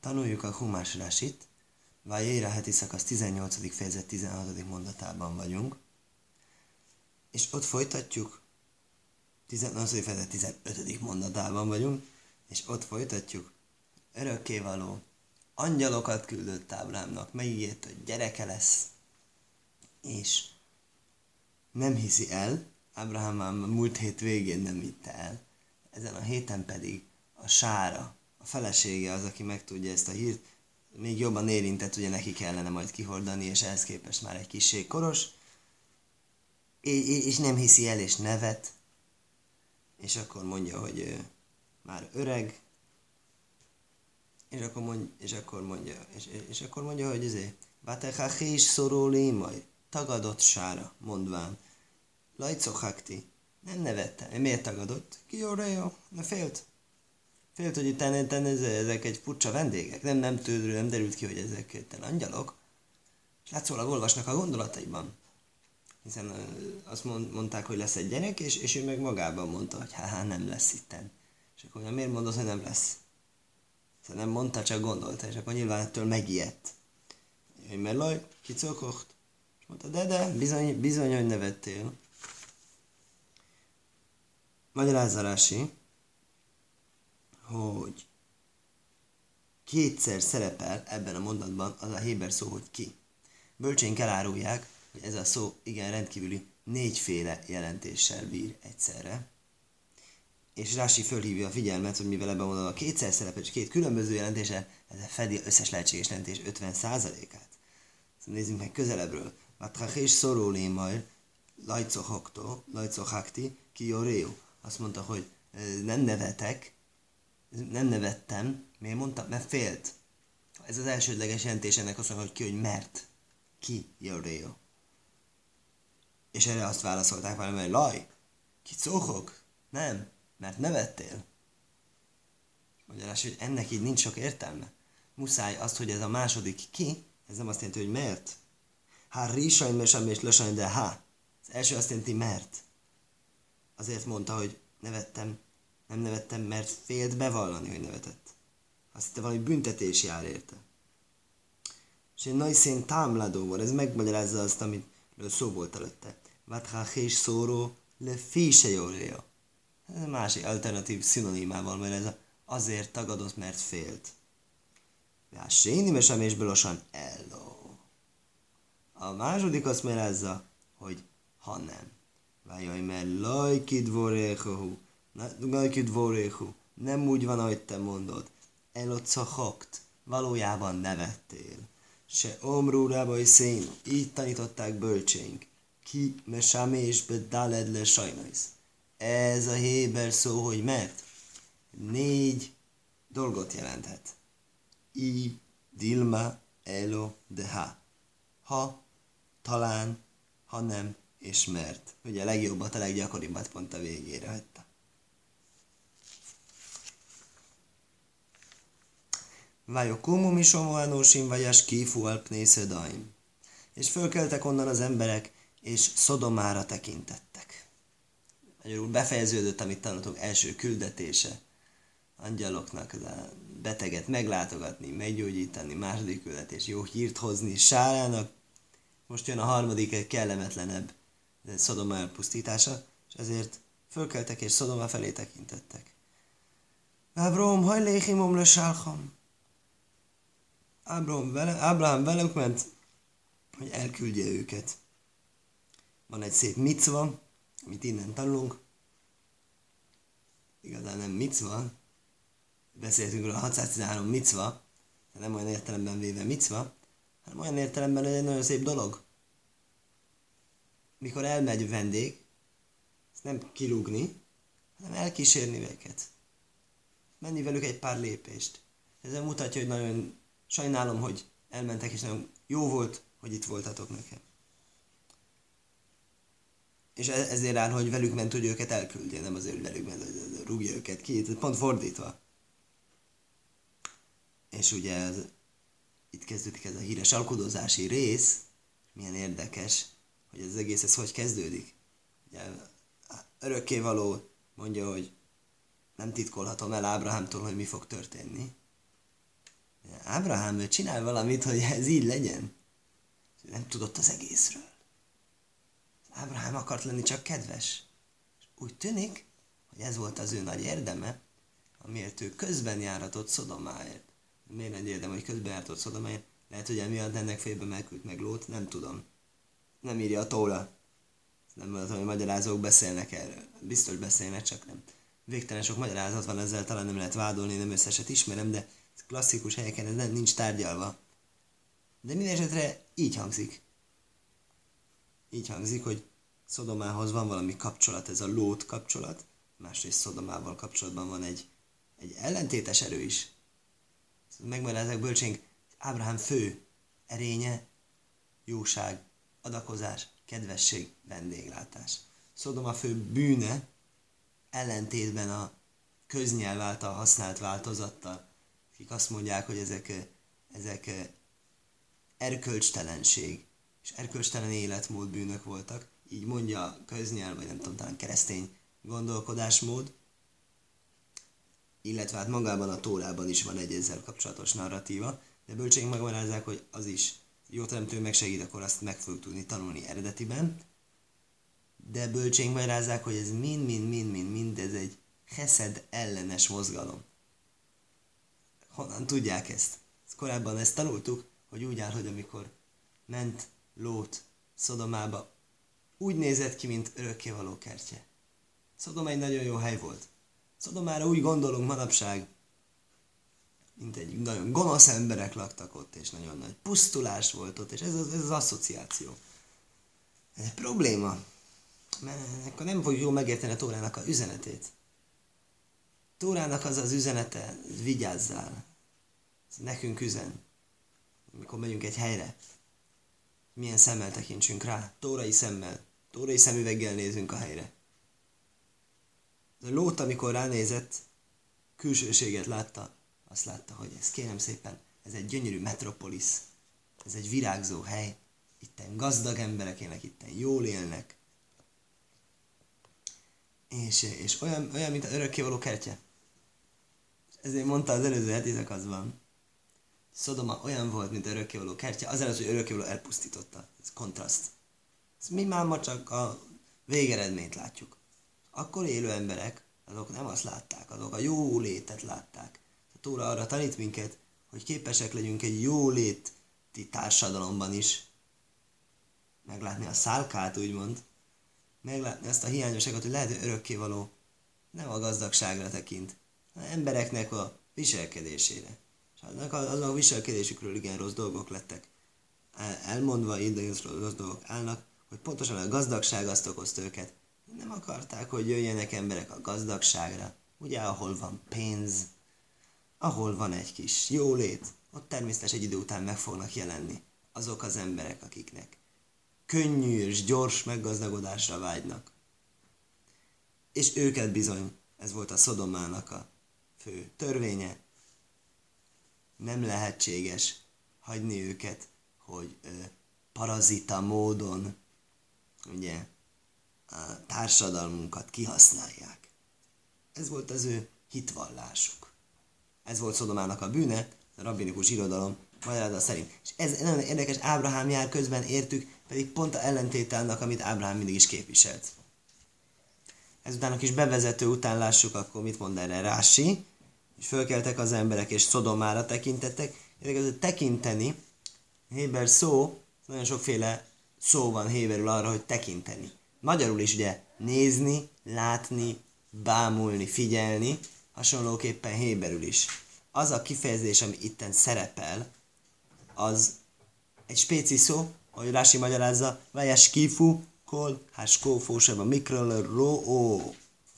Tanuljuk a Humás Rasit. Vajéra heti szakasz 18. fejezet 16. mondatában vagyunk. És ott folytatjuk. 18. fejezet 15. mondatában vagyunk. És ott folytatjuk. Örökkévaló angyalokat küldött Ábrahámnak. Megígért, hogy gyereke lesz. És nem hiszi el. Ábrahám már múlt hét végén nem hitte el. Ezen a héten pedig a Sára, a felesége az, aki megtudja ezt a hírt, még jobban érintett, ugye neki kellene majd kihordani, és ehhez képest már egy kissé koros, és nem hiszi el, és nevet, és akkor mondja, hogy már öreg, és akkor mondja, hogy ezért, Vatechachés is szorólé majd, tagadott Sára, mondván, Lajcochakti, nem nevette. Miért tagadott? Ki jó, mert félt. Félt, hogy itt ezek egy furcsa vendégek. Nem derült ki, hogy ezek angyalok. És látszólag olvasnak a gondolataiban. Hiszen azt mondták, hogy lesz egy gyerek, és ő meg magában mondta, hogy nem lesz itten. És akkor miért mondod, hogy nem lesz? Szóval nem mondta, csak gondolta, és akkor nyilván ettől megijedt. Mert laj, kicokocht. És mondta, de, bizony, hogy nevettél. Magyarázza Rási, hogy kétszer szerepel ebben a mondatban az a héber szó, hogy ki. Bölcsénk elárulják, hogy ez a szó igen rendkívüli 4 jelentéssel bír egyszerre. És Rási fölhívja a figyelmet, hogy mivel ebben mondom a kétszer szerepel, és 2 különböző jelentéssel, ez fedi összes lehetséges jelentés 50%-át. Szóval nézzük meg közelebbről. Vatchachés szorólé majd, lajcochakti, ki joréu. Azt mondta, hogy nem nevettem. Miért mondta? Mert félt. Ez az elsődleges jelentés ennek azt mondja, hogy ki, hogy mert. Ki joréu. És erre azt válaszolták velem, hogy laj, ki szóhok? Nem, mert nevettél. Magyarás, hogy ennek így nincs sok értelme. Muszáj azt, hogy ez a második ki, ez nem azt jelenti, hogy mert. Rísajn, mesem és lösajn, de Az első azt jelenti mert. Azért mondta, hogy nem nevettem, mert félt bevallani, hogy nevetett. Azt hitte, valami büntetés jár érte. És egy nagy szén támladó volt, ez megmagyarázza azt, amit szó volt előtte. Vatchachés szóró le fise jóléja. Ez a másik alternatív szinonimával, mert ez azért tagadott, mert félt. A séni mesemésből osan elló. A második azt magyarázza, hogy ha nem. Vájaj, mert lajkidvoréhu, nem úgy van, ahogy te mondod. Elocachakt, valójában nevettél. Se omrúrába is szén, így tanították bölcsénk. Ki mesámésbe daled le sajnajsz. Ez a héber szó, hogy mert 4 dolgot jelenthet. Dilma, elo, de ha, talán, ha nem, és mert. Ugye a legjobbat, a leggyakoribbet pont a végére hagyta. Vájokumum is omoánósim, vajas kifu alpnészödaim. És fölkeltek onnan az emberek, és Szodomára tekintettek. Magyarul befejeződött, amit tanultunk, első küldetése angyaloknak, a beteget meglátogatni, meggyógyítani, második küldetés, jó hírt hozni Sárának. Most jön a harmadik, kellemetlenebb Szodoma elpusztítása, és ezért fölkeltek és Szodoma felé tekintettek. Ábrahám, hajléhimom le sálham. Ábrahám velük ment, hogy elküldje őket. Van egy szép micva, amit innen tanulunk. Igazán nem micva. Beszéltünk róla, 613 micva, de nem olyan értelemben véve micva, hanem olyan értelemben, hogy egy nagyon szép dolog. Mikor elmegy vendég, ezt nem kirúgni, hanem elkísérni őket. Menni velük egy pár lépést. Ezzel mutatja, hogy nagyon sajnálom, hogy elmentek, és nagyon jó volt, hogy itt voltatok nekem. És ezért áll, hogy velük ment, hogy őket elküldje, nem azért, hogy velük ment, hogy rúgja őket ki, pont fordítva. És ugye itt kezdődik ez a híres alkudozási rész, milyen érdekes, hogy ez egész ez hogy kezdődik. Ugye örökkévaló mondja, hogy nem titkolhatom el Ábrahámtól, hogy mi fog történni. Ábrahám ő csinál valamit, hogy ez így legyen. Nem tudott az egészről. Ábrahám akart lenni csak kedves. És úgy tűnik, hogy ez volt az ő nagy érdeme, amiért ő közben járatott Szodomáért. Miért nagy érdem, hogy közben járatott Szodomáért? Lehet, hogy emiatt ennek fejbe megküld meg Lót, nem tudom. Nem írja a Tóra. Nem mondhatom, hogy magyarázók beszélnek erről. Biztos beszélnek, csak nem. Végtelen sok magyarázat van ezzel, talán nem lehet vádolni, nem összeset ismerem, de klasszikus helyeken ez nem, nincs tárgyalva. De minden esetre így hangzik. Így hangzik, hogy Szodomához van valami kapcsolat, ez a Lót kapcsolat, másrészt Szodomával kapcsolatban van egy ellentétes erő is. Megmagyarázzák bölcsénk, Ábrahám fő erénye, jóság, adakozás, kedvesség, vendéglátás. Szodoma fő bűne, ellentétben a köznyelv által használt változattal, akik azt mondják, hogy ezek erkölcstelenség és erkölcstelen életmód bűnök voltak, így mondja a köznyelv, vagy nem tudom, talán keresztény gondolkodásmód, illetve hát magában a Tórában is van egy ezzel kapcsolatos narratíva, de bölcsénk megmagyarázzák, hogy az is jó teremtő megsegít, akkor azt meg fogjuk tudni tanulni eredetiben, de bölcsénk magyarázzák, hogy ez mind ez egy cheszed ellenes mozgalom. Honnan tudják ezt? Korábban ezt tanultuk, hogy úgy áll, hogy amikor ment Lót Szodomába, úgy nézett ki, mint örökkévaló kertje. Szodoma egy nagyon jó hely volt. Szodomára úgy gondolunk manapság, mint egy nagyon gonosz emberek laktak ott, és nagyon nagy pusztulás volt ott, és ez az asszociáció. Ez egy probléma, mert akkor nem fogjuk jól megérteni a Tórának az üzenetét. Tórának az az üzenete, vigyázzál, ez nekünk üzen, amikor megyünk egy helyre, milyen szemmel tekintsünk rá, tórai szemmel, tórai szemüveggel nézünk a helyre. De Lót, amikor ránézett, külsőséget látta, azt látta, hogy ez kérem szépen, ez egy gyönyörű metropolisz, ez egy virágzó hely, itten gazdag emberek élnek, itten jól élnek, és olyan, mint az örökkévaló kertje. Ezért mondta az előző heti szakaszban, Szodoma olyan volt, mint örökkévaló kertje, azért, hogy örökkévaló elpusztította. Ez kontraszt. Ez mi már ma csak a végeredményt látjuk. Akkor élő emberek, azok nem azt látták, azok a jó létet látták. A Tóra arra tanít minket, hogy képesek legyünk egy jó léti társadalomban is. Meglátni a szálkát, úgymond. Meglátni azt a hiányosságot, hogy lehet, hogy örökkévaló nem a gazdagságra tekint, hanem embereknek a viselkedésére. És azok a viselkedésükről igen rossz dolgok lettek elmondva, ide rossz dolgok állnak, hogy pontosan a gazdagság azt okozta őket. Nem akarták, hogy jöjjenek emberek a gazdagságra. Ugye, ahol van pénz, ahol van egy kis jólét, ott természetesen egy idő után meg fognak jelenni azok az emberek, akiknek könnyű és gyors meggazdagodásra vágynak. És őket bizony, ez volt a Szodomának a fő törvénye, nem lehetséges hagyni őket, hogy parazita módon ugye, a társadalmunkat kihasználják. Ez volt az ő hitvallásuk. Ez volt Szodomának a bűne, a rabbinikus irodalom magyarázat szerint. És ez nagyon érdekes, Ábrahám jár közben értük, pedig pont a ellentéte annak, amit Ábrahám mindig is képviselt. Ezután a kis bevezető után lássuk, akkor mit mond erre Rási, hogy fölkeltek az emberek és Szodomára tekintettek. Érdekes, hogy tekinteni, héber szó, nagyon sokféle szó van héberül arra, hogy tekinteni. Magyarul is ugye nézni, látni, bámulni, figyelni, hasonlóképpen héberül is. Az a kifejezés, ami itten szerepel, az egy spéci szó, ahogy Rási magyarázza, vajas kifu, kol, háskófó, seba mikről, ro-ó.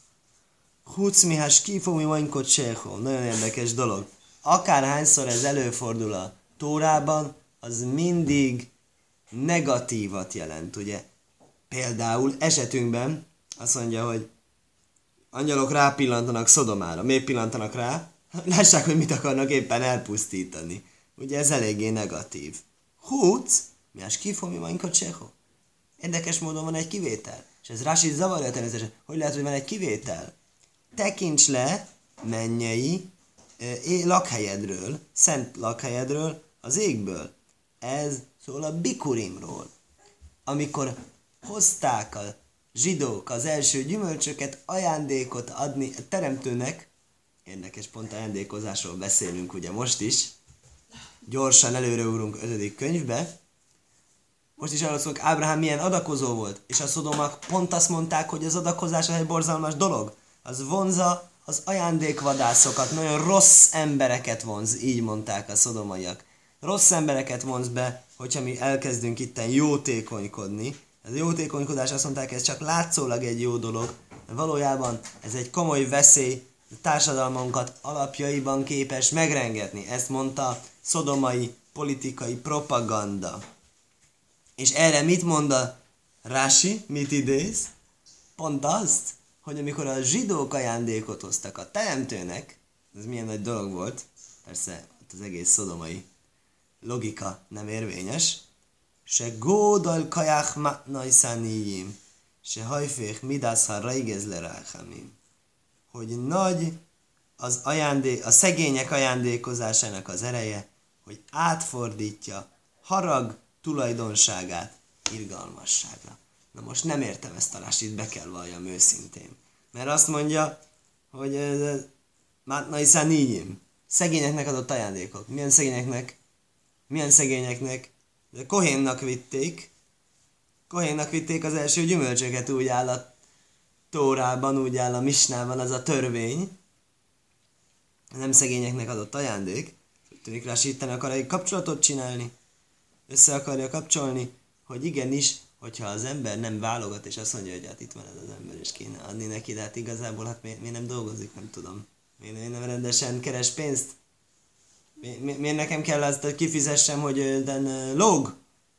Hucmi háskifu, mi vanykot sehó. Nagyon érdekes dolog. Akárhányszor ez előfordul a Tórában, az mindig negatívat jelent, ugye? Például esetünkben azt mondja, hogy angyalok rápillantanak Szodomára. Miért pillantanak rá? Lássák, hogy mit akarnak éppen elpusztítani. Ugye ez eléggé negatív. Húc, mi a skifomi vanykot sehó? Érdekes módon van egy kivétel. És ez Rási zavarja természetesen. Hogy lehet, hogy van egy kivétel? Tekints le, mennyei, lakhelyedről, szent lakhelyedről, az égből. Ez szól a bikurimról. Amikor hozták a zsidók az első gyümölcsöket ajándékot adni a teremtőnek, érdekes, pont ajándékozásról beszélünk ugye most is, gyorsan előreugrunk 5. könyvbe, most is arról szólok, Ábrahám milyen adakozó volt, és a szodomak pont azt mondták, hogy az adakozás egy borzalmas dolog. Az vonza az ajándékvadászokat, nagyon rossz embereket vonz, így mondták a szodomaiak. Rossz embereket vonz be, hogyha mi elkezdünk itten jótékonykodni. Ez a jótékonykodás, azt mondták, ez csak látszólag egy jó dolog, de valójában ez egy komoly veszély, a társadalmunkat alapjaiban képes megrengetni. Ezt mondta szodomai politikai propaganda. És erre mit mond a Rási? Mit idéz? Pont azt, hogy amikor a zsidók ajándékot hoztak a teremtőnek, ez milyen nagy dolog volt, persze ott az egész szodomai logika nem érvényes, se gódal kajach matnai szánijim, se hajfék midászha raigez leráchamim, hogy nagy az a szegények ajándékozásának az ereje, hogy átfordítja harag tulajdonságát irgalmasságra. Na most nem értem ezt a Rásit, be kell valljam őszintén. Mert azt mondja, hogy Mátnai Szánijim, szegényeknek adott ajándékok. Milyen szegényeknek? Milyen szegényeknek? De Kohénnak vitték. Kohénnak vitték az első gyümölcsöket, úgy áll a Tórában, úgy áll a Misnában, az a törvény. Nem szegényeknek adott ajándék. Úgy tűnik Rási itten akar egy kapcsolatot csinálni. Össze akarja kapcsolni, hogy igenis, hogyha az ember nem válogat, és azt mondja, hogy hát itt van ez az ember, és kéne adni neki, de hát igazából hát miért nem dolgozik, nem tudom. Miért nem rendesen keres pénzt? Miért nekem kell azt, hogy kifizessem, hogy lóg?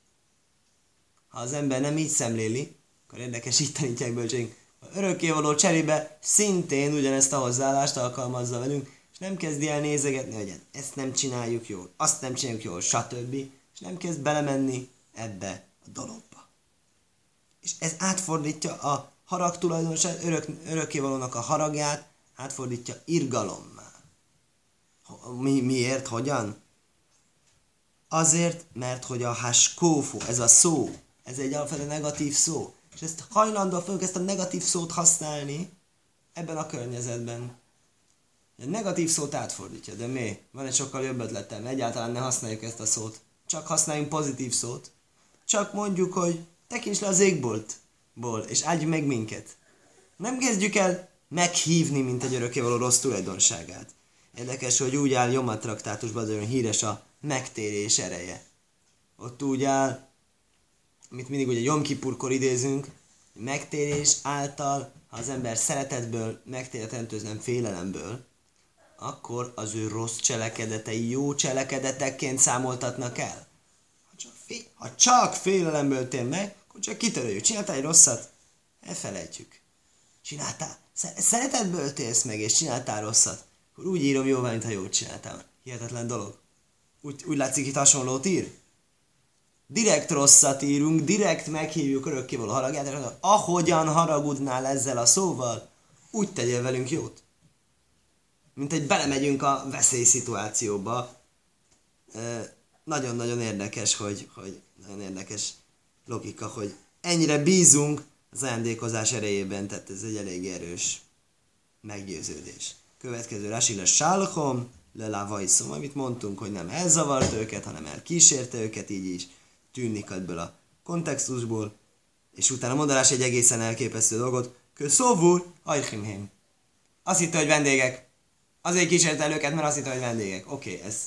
Ha az ember nem így szemléli, akkor érdekes, így tanítják bölcsénk. A örökkévaló cserébe szintén ugyanezt a hozzáállást alkalmazza velünk, és nem kezdi el nézegetni, hogy ezt nem csináljuk jól, azt nem csináljuk jól, stb. És nem kezd belemenni ebbe a dologba. És ez átfordítja a harag tulajdonság, örökkévalónak a haragját, átfordítja irgalommá. Miért? Hogyan? Azért, mert hogy a haskófó, ez a szó, ez egy alapvetően negatív szó. És ezt hajlandó fogjuk ezt a negatív szót használni ebben a környezetben. A negatív szót átfordítja, de mi? Van egy sokkal jobb ötletem, egyáltalán ne használjuk ezt a szót. Csak használjunk pozitív szót. Csak mondjuk, hogy tekints le az égboltból, és áldj meg minket. Nem kezdjük el meghívni, mint egy örökkévaló rossz tulajdonságát. Érdekes, hogy úgy áll Joma traktátusban, az olyan híres a megtérés ereje. Ott úgy áll, amit mindig ugye Jom Kipurkor idézünk, megtérés által, ha az ember szeretetből megtér, nem félelemből, akkor az ő rossz cselekedetei jó cselekedetekként számoltatnak el. Ha csak félelemből tér meg, akkor csak kitöröljük. Csináltál egy rosszat? Elfelejtjük. Csináltál? Szeretetből térsz meg, és csináltál rosszat? Akkor úgy írom jóvá, mintha jót csináltál. Hihetetlen dolog. Úgy látszik, itt hasonlót ír? Direkt rosszat írunk, direkt meghívjuk örökkévaló haragját, és ahogyan haragudnál ezzel a szóval, úgy tegyél velünk jót. Mint hogy belemegyünk a veszélyszituációba. Nagyon-nagyon érdekes, hogy nagyon érdekes logika, hogy ennyire bízunk az ajándékozás erejében, tehát ez egy elég erős meggyőződés. Következő Rási, sálchom, lelávajszom, amit mondtunk, hogy nem elzavart őket, hanem elkísérte őket, így is tűnik ebből a kontextusból, és utána mondanás egy egészen elképesztő dolgot, köszóvúr, ajchimhém. Azt hitte, hogy vendégek. Azért kísérte el őket, mert azt hitte, hogy vendégek. Oké, ez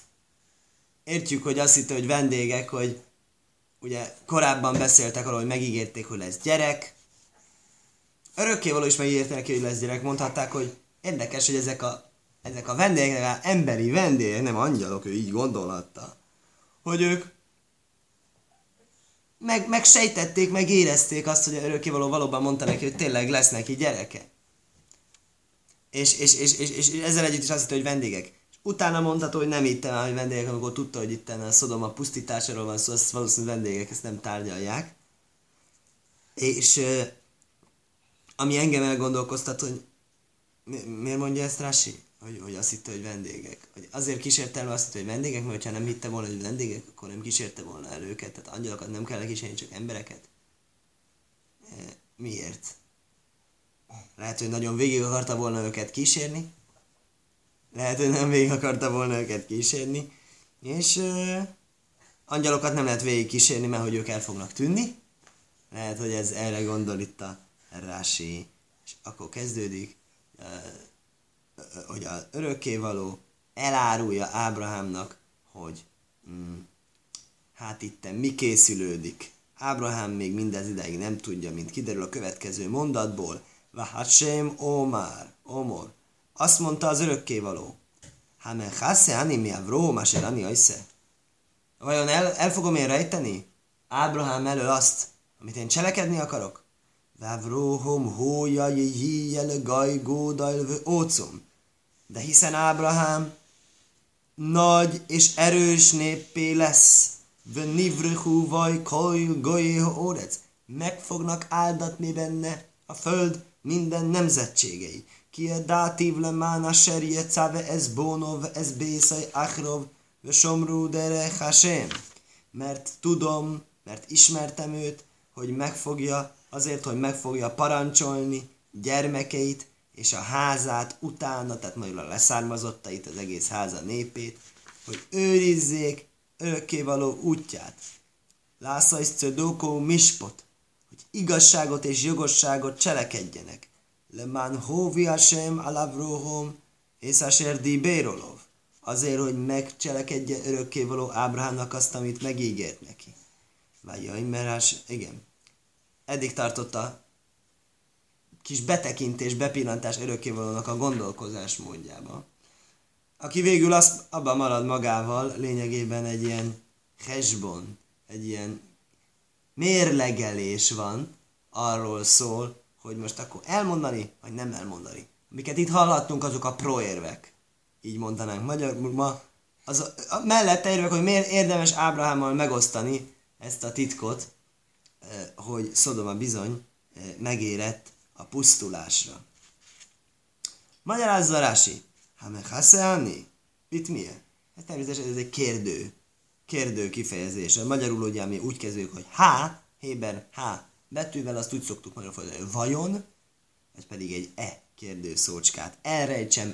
értjük, hogy azt hitte, hogy vendégek, hogy ugye korábban beszéltek arról, hogy megígérték, hogy lesz gyerek. Örökkévaló is megígérte neki, hogy lesz gyerek. Mondhatták, hogy érdekes, hogy ezek a vendégek, emberi vendégek, nem angyalok, ő így gondolhatta, hogy ők megsejtették, megérezték azt, hogy örökkévaló valóban mondta neki, hogy tényleg lesz neki gyereke. És ezzel együtt is azt hitte, hogy vendégek. És utána mondható, hogy nem hittem el, hogy vendégek, amikor tudta, hogy itt a Szodoma pusztításáról van szó, azt valószínűleg vendégek ezt nem tárgyalják. És ami engem elgondolkoztat, hogy miért mondja ezt Rási? hogy azt hitte, hogy vendégek. Hogy azért kísérte el azt hitte, hogy vendégek, mert ha nem hitte volna, hogy vendégek, akkor nem kísérte volna el őket. Tehát angyalokat nem kell kísérni, csak embereket. Miért? Lehet, hogy nagyon végig akarta volna őket kísérni. Lehet, hogy nem végig akarta volna őket kísérni. És angyalokat nem lehet végig kísérni, mert hogy ők el fognak tűnni. Lehet, hogy ez erre gondol itt a Rási. És akkor kezdődik, hogy az örökkévaló elárulja Ábrahámnak, hogy hát itten mi készülődik. Ábrahám még mindez ideig nem tudja, mint kiderül a következő mondatból. Vahashem omor. Azt mondta az örökkévaló. Hamen chasse ani mi avró, maser ani ajsze. Vajon el fogom én rejteni Ábrahám elől azt, amit én cselekedni akarok? Vavróhom hója jel gajgódajlvő ócom. De hiszen Ábrahám nagy és erős néppé lesz. Vnivrihu vaj kajl gajého órec. Meg fognak áldatni benne a föld minden nemzetségei. Ki a dátív le mána serje cáve ez bónov, ez bészaj achrov, ve somrú dere hasem. Mert tudom, mert ismertem őt, hogy megfogja, azért, hogy megfogja parancsolni gyermekeit, és a házát utána, tehát majd a leszármazottait, az egész háza népét, hogy őrizzék örökkévaló útját. Lászajsz cödókó mispot, hogy igazságot és jogosságot cselekedjenek. Lemán hóvi Hashem alavróhom, és Asher di Bérolov. Azért, hogy megcselekedje örökkévaló Ábrahámnak azt, amit megígért neki. Vájjaj, merás, igen. Eddig tartott a kis betekintés, bepillantás örökkévalónak a gondolkozás módjába. Aki végül abban marad magával, lényegében egy ilyen hesbon, egy ilyen mérlegelés van, arról szól, hogy most akkor elmondani, vagy nem elmondani. Amiket itt hallhattunk, azok a proérvek. Így mondanánk magyarul ma. Mellette érvek, hogy miért érdemes Ábrahámmal megosztani ezt a titkot, hogy Szodoma bizony megérett a pusztulásra. Magyarázza Rási. Hamen hasseani? Mit milyen? Hát természetesen ez egy kérdő kifejezés. Magyarul ugye mi úgy kezdjük, hogy héber betűvel, azt úgy szoktuk magyarul fordítani, vajon, vagy pedig egy kérdőszócskát. Elrejtsem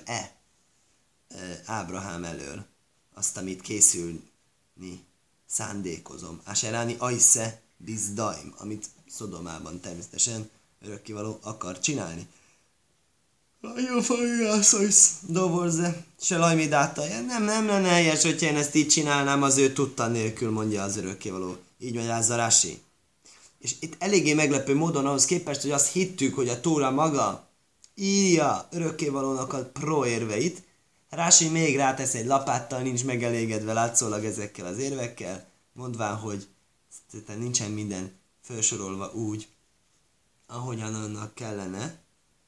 Ábrahám elől azt, amit készülni szándékozom. Aseráni ajsze bizdaim, amit Szodomában természetesen örökkévaló akar csinálni. Nagyon folyászolsz, doborze, se lajmi dáta. Nem lenne helyes, hogyha én ezt így csinálnám az ő tudta nélkül, mondja az örökkévaló. Így magyarázza Rási. És itt eléggé meglepő módon ahhoz képest, hogy azt hittük, hogy a Tóra maga írja örökkévalónak a proérveit, Rási még rátesz egy lapáttal, nincs megelégedve látszólag ezekkel az érvekkel, mondván, hogy nincsen minden felsorolva úgy, ahogyan annak kellene.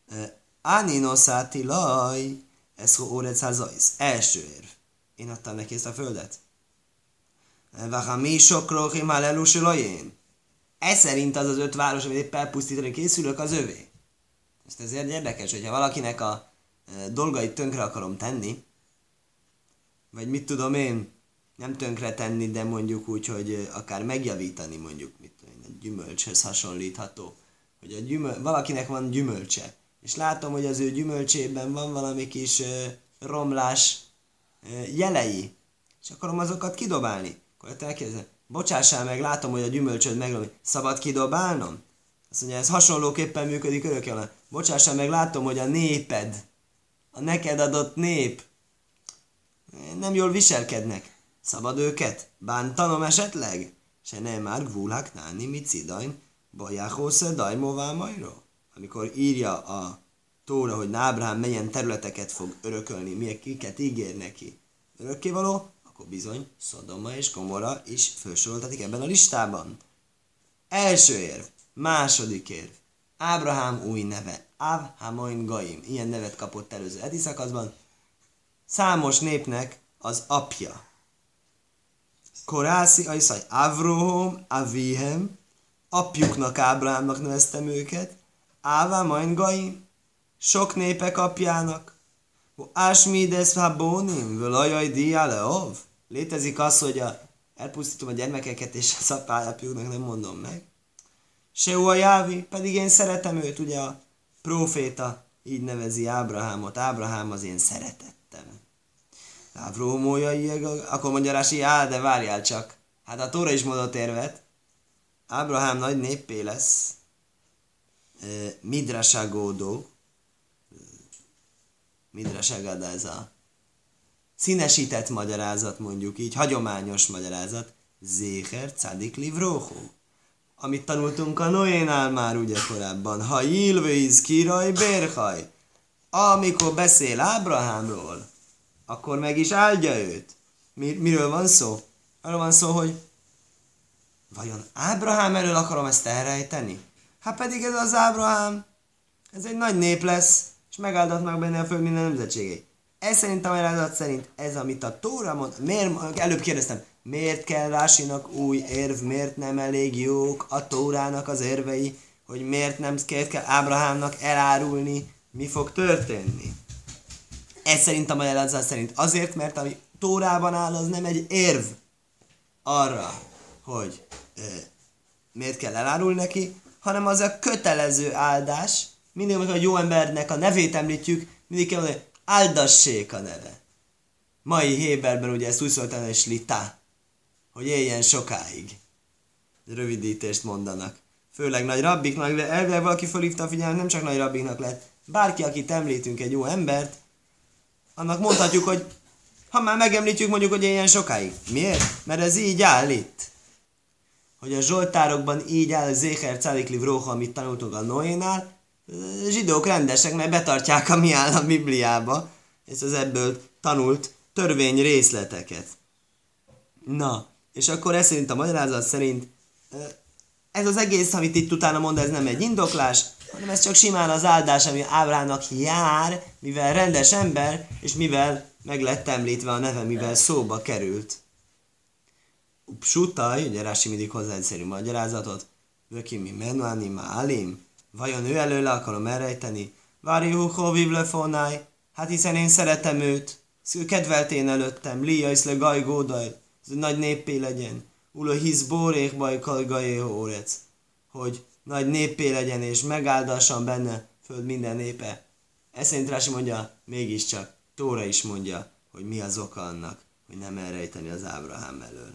Áninoszáti laj, ez órec házaisz. Első érv. Én adtam neki ezt a földet. Vahami sokrochim halelusilajén. Ez szerint az 5 város, amit épp elpusztítani készülök, az övé. Ezt ezért érdekes, hogyha valakinek a dolgait tönkre akarom tenni, vagy mit tudom én, nem tönkre tenni, de mondjuk úgy, hogy akár megjavítani, mondjuk, mit tudom én, egy gyümölcshöz hasonlítható, hogy valakinek van gyümölcse, és látom, hogy az ő gyümölcsében van valami kis romlás jelei, és akarom azokat kidobálni. Akkor elkérdezem, bocsássál meg, látom, hogy a gyümölcsöd megromlik, szabad kidobálnom? Azt mondja, ez hasonlóképpen működik örökkévalóan. Bocsássál meg, látom, hogy a néped, a neked adott nép nem jól viselkednek. Szabad őket? Bántanom esetleg? Se nem már gvulhák náni mit cidain, bajáhósze dajmová majra? Amikor írja a Tóra, hogy Ábrahám milyen területeket fog örökölni, milyen kiket ígér neki örökkévaló, akkor bizony Szodoma és Gomorra is felsoroltatik ebben a listában. Első érv. Második érv. Ábrahám új neve. Avhamoin Gaim. Ilyen nevet kapott előző heti szakaszban. Számos népnek az apja. Korászi ajszaj Avrohom, Avihem. Apjuknak, Ábrahámnak neveztem őket. Avhamoin Gaim. Sok népek apjának. Ásmides habónim, völajaj diáleov. Létezik az, hogy elpusztítom a gyermekeket, és az apályapjuknak nem mondom meg. Seu a Jávi, pedig én szeretem őt, ugye a próféta így nevezi Ábrahámot. Ábrahám az én szeretettem. Ávrómójai, akkor mondja Rási, de várjál csak. Hát a Tóra is mondott érvet. Ábrahám nagy néppé lesz. Midraságódó. Midraságada ez a színesített magyarázat, mondjuk így, hagyományos magyarázat. Zéher cadik livróhó. Amit tanultunk a Noénál már ugye korábban. Ha ilvőiz kiraj bérhaj. Amikor beszél Ábrahámról, akkor meg is áldja őt. Miről van szó? Arról van szó, hogy vajon Ábrahám elől akarom ezt elrejteni? Hát pedig ez az Ábrahám, ez egy nagy nép lesz, és megáldatnak benne a föld minden nemzetségei. Ez szerint a magyarázat szerint, ez amit a Tóra mond, előbb kérdeztem, miért kell Rásinak új érv, miért nem elég jók a Tórának az érvei, hogy miért nem kell Ábrahámnak elárulni, mi fog történni. Ez szerint a magyarázat szerint azért, mert ami Tórában áll, az nem egy érv arra, hogy miért kell elárulni neki, hanem az a kötelező áldás. Mindig, amikor a jó embernek a nevét említjük, mindig kell mondani, áldassék a neve. Mai Héberben ugye ezt úgy szóltan, hogy slitá, hogy éljen sokáig. Rövidítést mondanak. Főleg nagy rabbiknak, de elvileg valaki felhívta a figyelmet, nem csak nagy rabbiknak lett. Bárki, akit említünk, egy jó embert, annak mondhatjuk, hogy ha már megemlítjük, mondjuk, hogy éljen sokáig. Miért? Mert ez így áll itt. Hogy a Zsoltárokban így áll Zéher Cádik Livróha, amit tanultunk a Noénál, zsidók rendesek, mert betartják, ami áll a Bibliába, és az ebből tanult törvény részleteket. Na, és akkor ez szerint a magyarázat szerint ez az egész, amit itt utána mond, ez nem egy indoklás, hanem ez csak simán az áldás, ami Ábrámnak jár, mivel rendes ember, és mivel meg lett említve a neve, mivel szóba került. Psutaj, ugye Rási mindig hozzá egyszerű magyarázatot, Vökimi menuáni málim, vajon ő elől le akarom elrejteni? Várjuhó vivlefonáj, hát hiszen én szeretem őt, kedvelt én előttem, lia iszle gaj gódaj, ez nagy néppé legyen, ulo hisz bórék baj kajgajé hórec, hogy nagy néppé legyen, és megáldasson benne föld minden népe. Ez szerint Rási mondja, mégiscsak Tóra is mondja, hogy mi az oka annak, hogy nem elrejteni az Ábrahám elől.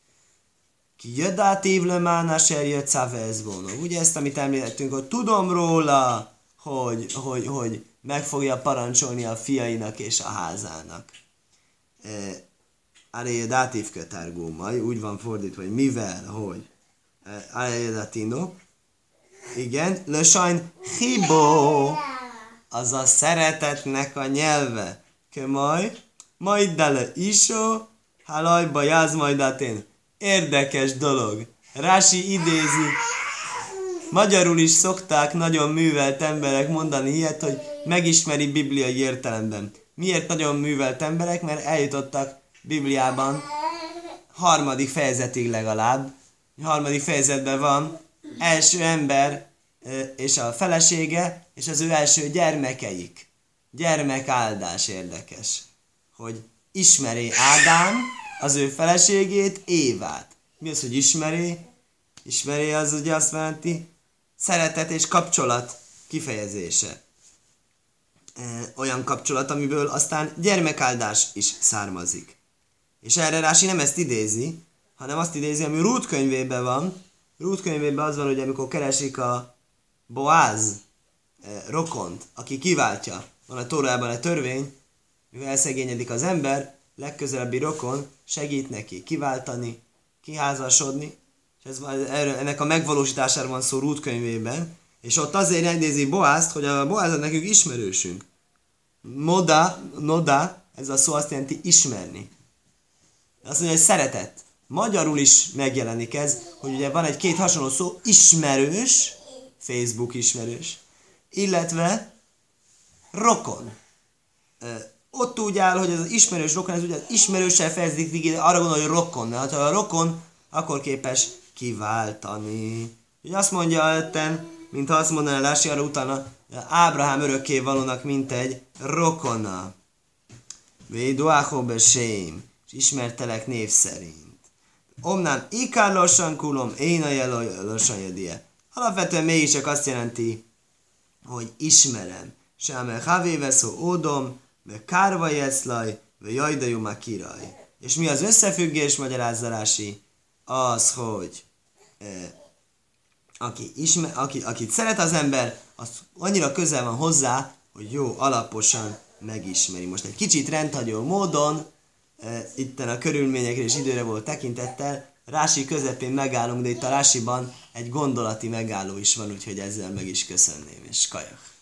Ki jödátív le mána serjött szávezvónó. Ugye ezt, amit említettünk, hogy tudom róla, hogy meg fogja parancsolni a fiainak és a házának. Aréje dátív kötárgómaj, úgy van fordítva, hogy mivel, hogy. Aréje dátino. Igen, le sajn hibó, az a szeretetnek a nyelve. Kömaj, majd dele isó, hálajba jáz majdátén. Érdekes dolog. Rási idézi. Magyarul is szokták nagyon művelt emberek mondani ilyet, hogy megismeri bibliai értelemben. Miért nagyon művelt emberek? Mert eljutottak Bibliában 3. fejezetig legalább. 3. fejezetben van első ember és a felesége és az ő első gyermekeik. Gyermekáldás érdekes. Hogy ismeri Ádám az ő feleségét, Évát. Mi az, hogy ismeri? Ismeri az ugye azt jelenti, szeretet és kapcsolat kifejezése. Olyan kapcsolat, amiből aztán gyermekáldás is származik. És erre Rási nem ezt idézi, hanem azt idézi, ami Rút könyvében van. Rút könyvében az van, hogy amikor keresik a Boáz rokont, aki kiváltja, van a Tórában egy törvény, mivel elszegényedik az ember, legközelebbi rokon segít neki kiváltani, kiházasodni, és ennek a megvalósítására van szó Rút könyvében, és ott azért idézi Boázt, hogy a Boáz nekünk ismerősünk. Noda, ez a szó azt jelenti ismerni. Azt mondja, hogy szeretet. Magyarul is megjelenik ez, hogy ugye van két hasonló szó, ismerős, Facebook ismerős, illetve rokon. Ott úgy áll, hogy ez az ismerős rokon, ez ugye az ismerőssel fejezik, arra gondol, hogy rokon. De ha a rokon, akkor képes kiváltani. Ugye azt mondja előtten, mintha azt mondaná Rási arra utána, Ábrahám örökkévalónak mint egy rokona. Véduáho besém, és ismertelek név szerint. Omnám ikár lassan kulom, én a lassan jödie. Alapvetően mégis csak azt jelenti, hogy ismerem. Sáme havé veszó ódom, ve kárva jeszlaj, ve jajdajú makiraj. És mi az összefüggés, magyarázza Rási? Az, hogy akit szeret az ember, az annyira közel van hozzá, hogy jó, alaposan megismeri. Most egy kicsit rendhagyó módon, itten a körülményekre és időre volt tekintettel, Rási közepén megállunk, de itt a Rásiban egy gondolati megálló is van, úgyhogy ezzel meg is köszönném, és kajak.